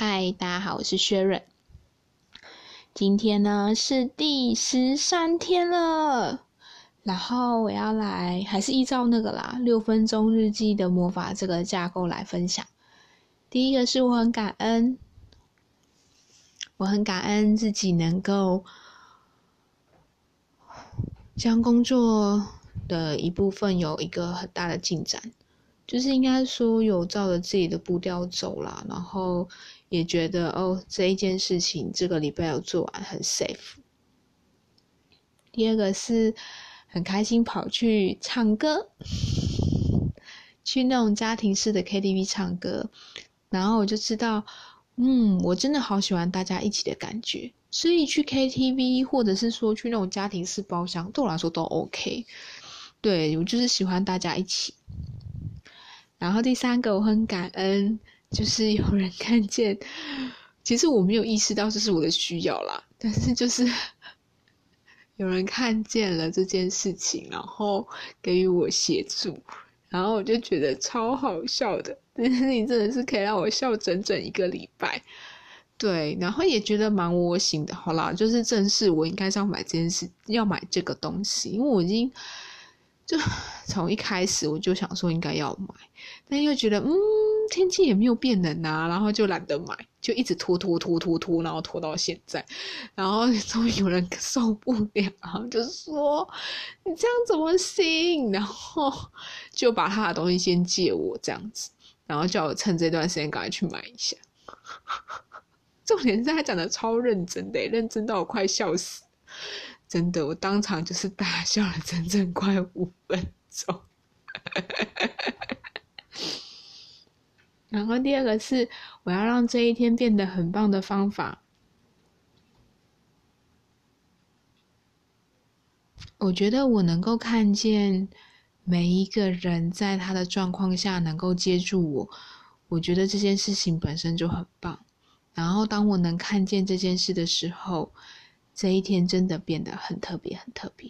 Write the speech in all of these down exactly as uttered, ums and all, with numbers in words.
嗨，大家好，我是薛润。今天呢是第十三天了，然后我要来还是依照那个啦六分钟日记的魔法这个架构来分享。第一个是我很感恩，我很感恩自己能够将工作的一部分有一个很大的进展，就是应该说有照着自己的步调走啦，然后也觉得哦这一件事情这个礼拜有做完很 safe。 第二个是很开心跑去唱歌，去那种家庭式的 K T V 唱歌，然后我就知道嗯我真的好喜欢大家一起的感觉，所以去 K T V 或者是说去那种家庭式包厢对我来说都 OK。 对，我就是喜欢大家一起。然后第三个我很感恩，就是有人看见，其实我没有意识到这是我的需要啦，但是就是有人看见了这件事情，然后给予我协助，然后我就觉得超好笑的，这件事情真的是可以让我笑整整一个礼拜。对，然后也觉得蛮窝心的。好啦，就是正式我应该是要买这件事，要买这个东西，因为我已经就从一开始我就想说应该要买，但又觉得嗯天气也没有变冷啊，然后就懒得买，就一直拖拖拖拖拖，然后拖到现在，然后终于有人受不了，然后就说你这样怎么行，然后就把他的东西先借我这样子，然后叫我趁这段时间赶快去买一下。重点是他讲的超认真的，认真到我快笑死，真的，我当场就是大笑了整整快五分钟。然后第二个是我要让这一天变得很棒的方法，我觉得我能够看见每一个人在他的状况下能够接住我，我觉得这件事情本身就很棒。然后当我能看见这件事的时候，这一天真的变得很特别很特别。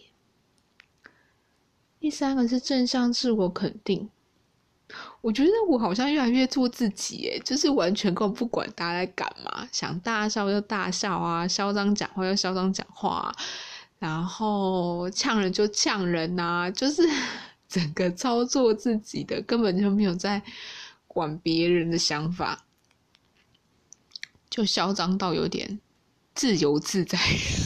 第三个是正向自我肯定，我觉得我好像越来越做自己耶，就是完全根本不管大家在干嘛，想大笑就大笑啊，嚣张讲话就嚣张讲话啊，然后呛人就呛人啊，就是整个操作自己的，根本就没有在管别人的想法，就嚣张到有点自由自在。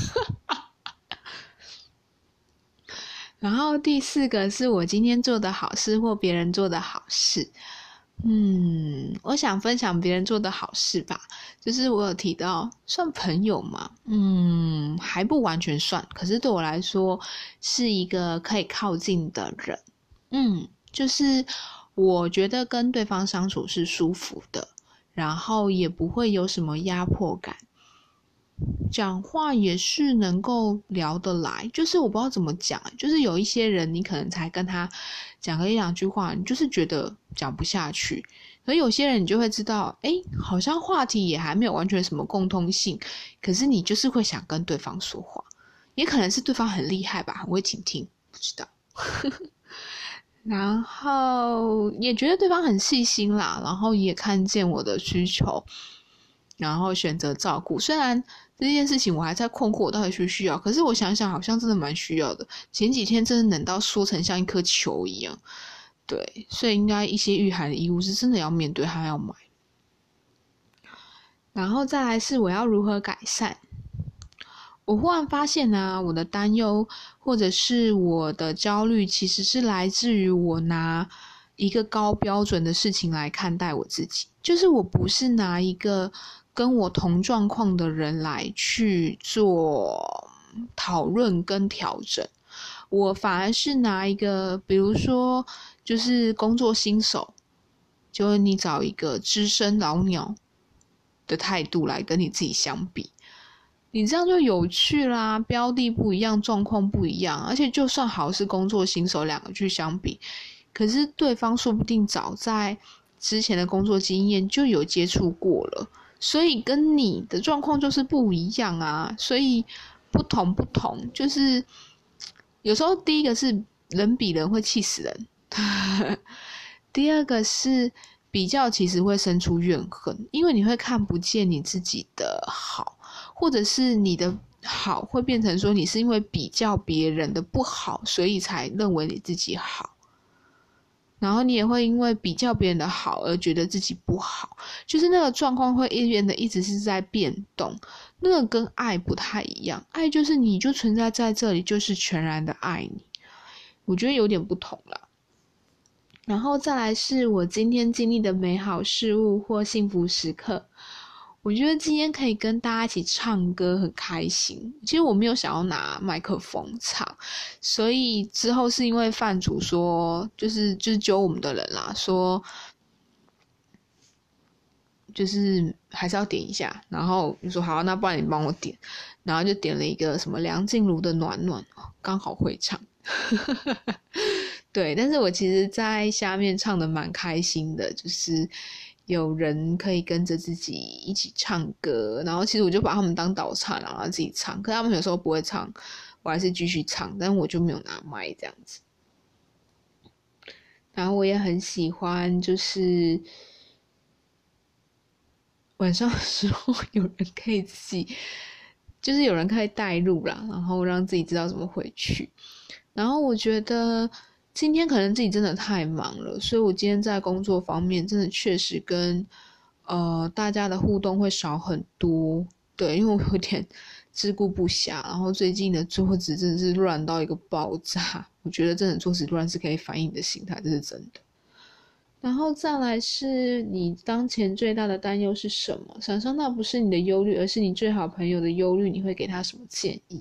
然后第四个是我今天做的好事或别人做的好事。嗯，我想分享别人做的好事吧，就是我有提到算朋友嘛，嗯，还不完全算，可是对我来说是一个可以靠近的人。嗯，就是我觉得跟对方相处是舒服的，然后也不会有什么压迫感，讲话也是能够聊得来，就是我不知道怎么讲，就是有一些人你可能才跟他讲个一两句话，你就是觉得讲不下去，可有些人你就会知道诶好像话题也还没有完全什么共通性，可是你就是会想跟对方说话，也可能是对方很厉害吧，很会倾听，不知道。然后也觉得对方很细心啦，然后也看见我的需求，然后选择照顾。虽然这件事情我还在困惑我到底需不需要，可是我想想好像真的蛮需要的，前几天真的冷到缩成像一颗球一样。对，所以应该一些御寒的衣物是真的要面对，还要买。然后再来是我要如何改善。我忽然发现啊，我的担忧或者是我的焦虑其实是来自于我拿一个高标准的事情来看待我自己，就是我不是拿一个跟我同状况的人来去做讨论跟调整，我反而是拿一个比如说就是工作新手，就是你找一个资深老鸟的态度来跟你自己相比，你这样就有趣啦，标的不一样，状况不一样，而且就算好是工作新手两个去相比，可是对方说不定早在之前的工作经验就有接触过了，所以跟你的状况就是不一样啊，所以不同不同，就是有时候第一个是人比人会气死人，第二个是比较其实会生出怨恨，因为你会看不见你自己的好，或者是你的好会变成说你是因为比较别人的不好，所以才认为你自己好，然后你也会因为比较别人的好而觉得自己不好，就是那个状况会变得一直是在变动，那个跟爱不太一样，爱就是你就存在在这里，就是全然的爱你，我觉得有点不同啦。然后再来是我今天经历的美好事物或幸福时刻，我觉得今天可以跟大家一起唱歌很开心。其实我没有想要拿麦克风唱，所以之后是因为饭主说就是就是揪我们的人啦，说就是还是要点一下，然后就说好，那不然你帮我点，然后就点了一个什么梁静茹的暖暖，刚好会唱对，但是我其实在下面唱的蛮开心的，就是有人可以跟着自己一起唱歌，然后其实我就把他们当导唱，然后自己唱，可是他们有时候不会唱，我还是继续唱，但我就没有拿麦这样子。然后我也很喜欢就是晚上的时候有人可以自己就是有人可以带路啦，然后让自己知道怎么回去。然后我觉得今天可能自己真的太忙了，所以我今天在工作方面真的确实跟呃大家的互动会少很多。对，因为我有点自顾不暇，然后最近的桌子真的是乱到一个爆炸，我觉得真的桌子乱是可以反映你的心态，这是真的。然后再来是你当前最大的担忧是什么？想象那不是你的忧虑，而是你最好朋友的忧虑，你会给他什么建议？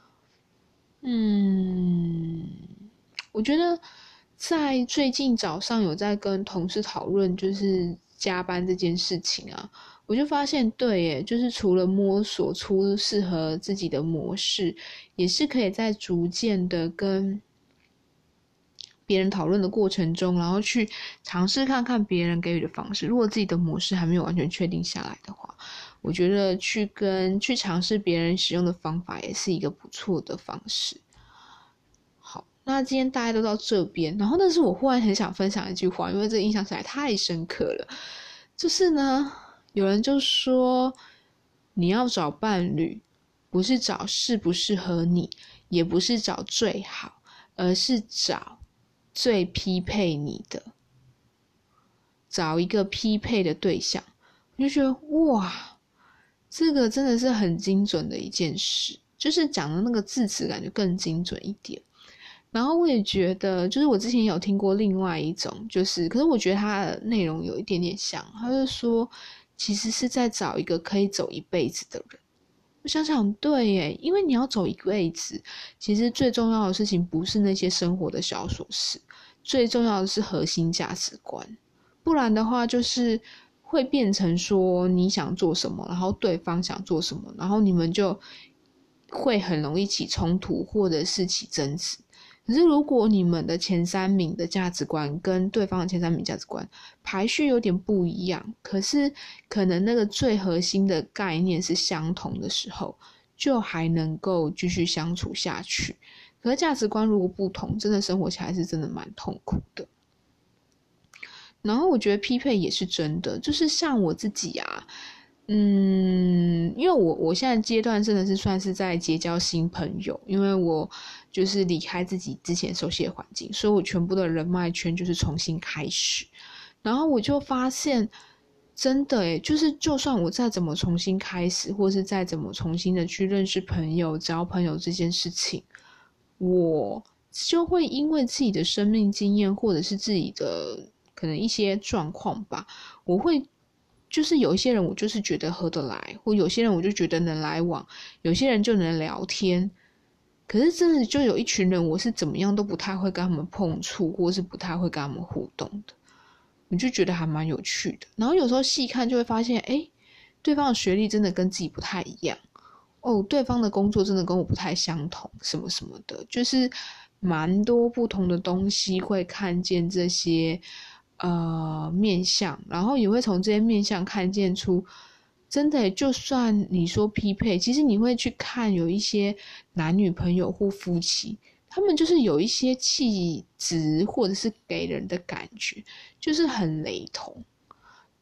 嗯，我觉得在最近早上有在跟同事讨论就是加班这件事情啊，我就发现对耶，就是除了摸索出适合自己的模式，也是可以在逐渐的跟别人讨论的过程中，然后去尝试看看别人给予的方式。如果自己的模式还没有完全确定下来的话，我觉得去跟去尝试别人使用的方法也是一个不错的方式。好，那今天大家都到这边，然后但是我忽然很想分享一句话，因为这个印象实在太深刻了。就是呢，有人就说你要找伴侣，不是找适不适合你，也不是找最好，而是找最匹配你的，找一个匹配的对象。我就觉得哇，这个真的是很精准的一件事，就是讲的那个字词感觉更精准一点。然后我也觉得就是我之前有听过另外一种，就是可是我觉得它的内容有一点点像，他就说其实是在找一个可以走一辈子的人。我想想对耶，因为你要走一辈子，其实最重要的事情不是那些生活的小琐事，最重要的是核心价值观。不然的话就是会变成说你想做什么，然后对方想做什么，然后你们就会很容易起冲突或者是起争执。可是如果你们的前三名的价值观跟对方的前三名价值观排序有点不一样，可是可能那个最核心的概念是相同的时候，就还能够继续相处下去。可是价值观如果不同，真的生活起来是真的蛮痛苦的。然后我觉得匹配也是真的，就是像我自己啊，嗯，因为我我现在阶段真的是算是在结交新朋友，因为我就是离开自己之前熟悉的环境，所以我全部的人脉圈就是重新开始。然后我就发现真的耶，就是就算我再怎么重新开始，或是再怎么重新的去认识朋友交朋友这件事情，我就会因为自己的生命经验或者是自己的可能一些状况吧，我会就是有一些人我就是觉得合得来，或有些人我就觉得能来往，有些人就能聊天。可是真的就有一群人我是怎么样都不太会跟他们碰触，或是不太会跟他们互动的，我就觉得还蛮有趣的。然后有时候细看就会发现，诶，对方的学历真的跟自己不太一样哦，对方的工作真的跟我不太相同，什么什么的，就是蛮多不同的东西会看见这些呃面向，然后也会从这些面向看见出真的就算你说匹配，其实你会去看有一些男女朋友或夫妻，他们就是有一些气质或者是给人的感觉就是很雷同，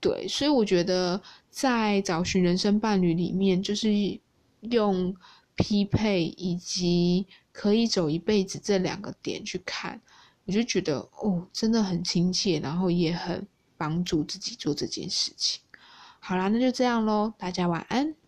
对，所以我觉得在找寻人生伴侣里面，就是用匹配以及可以走一辈子这两个点去看，我就觉得哦，真的很亲切，然后也很帮助自己做这件事情。好啦，那就这样咯，大家晚安。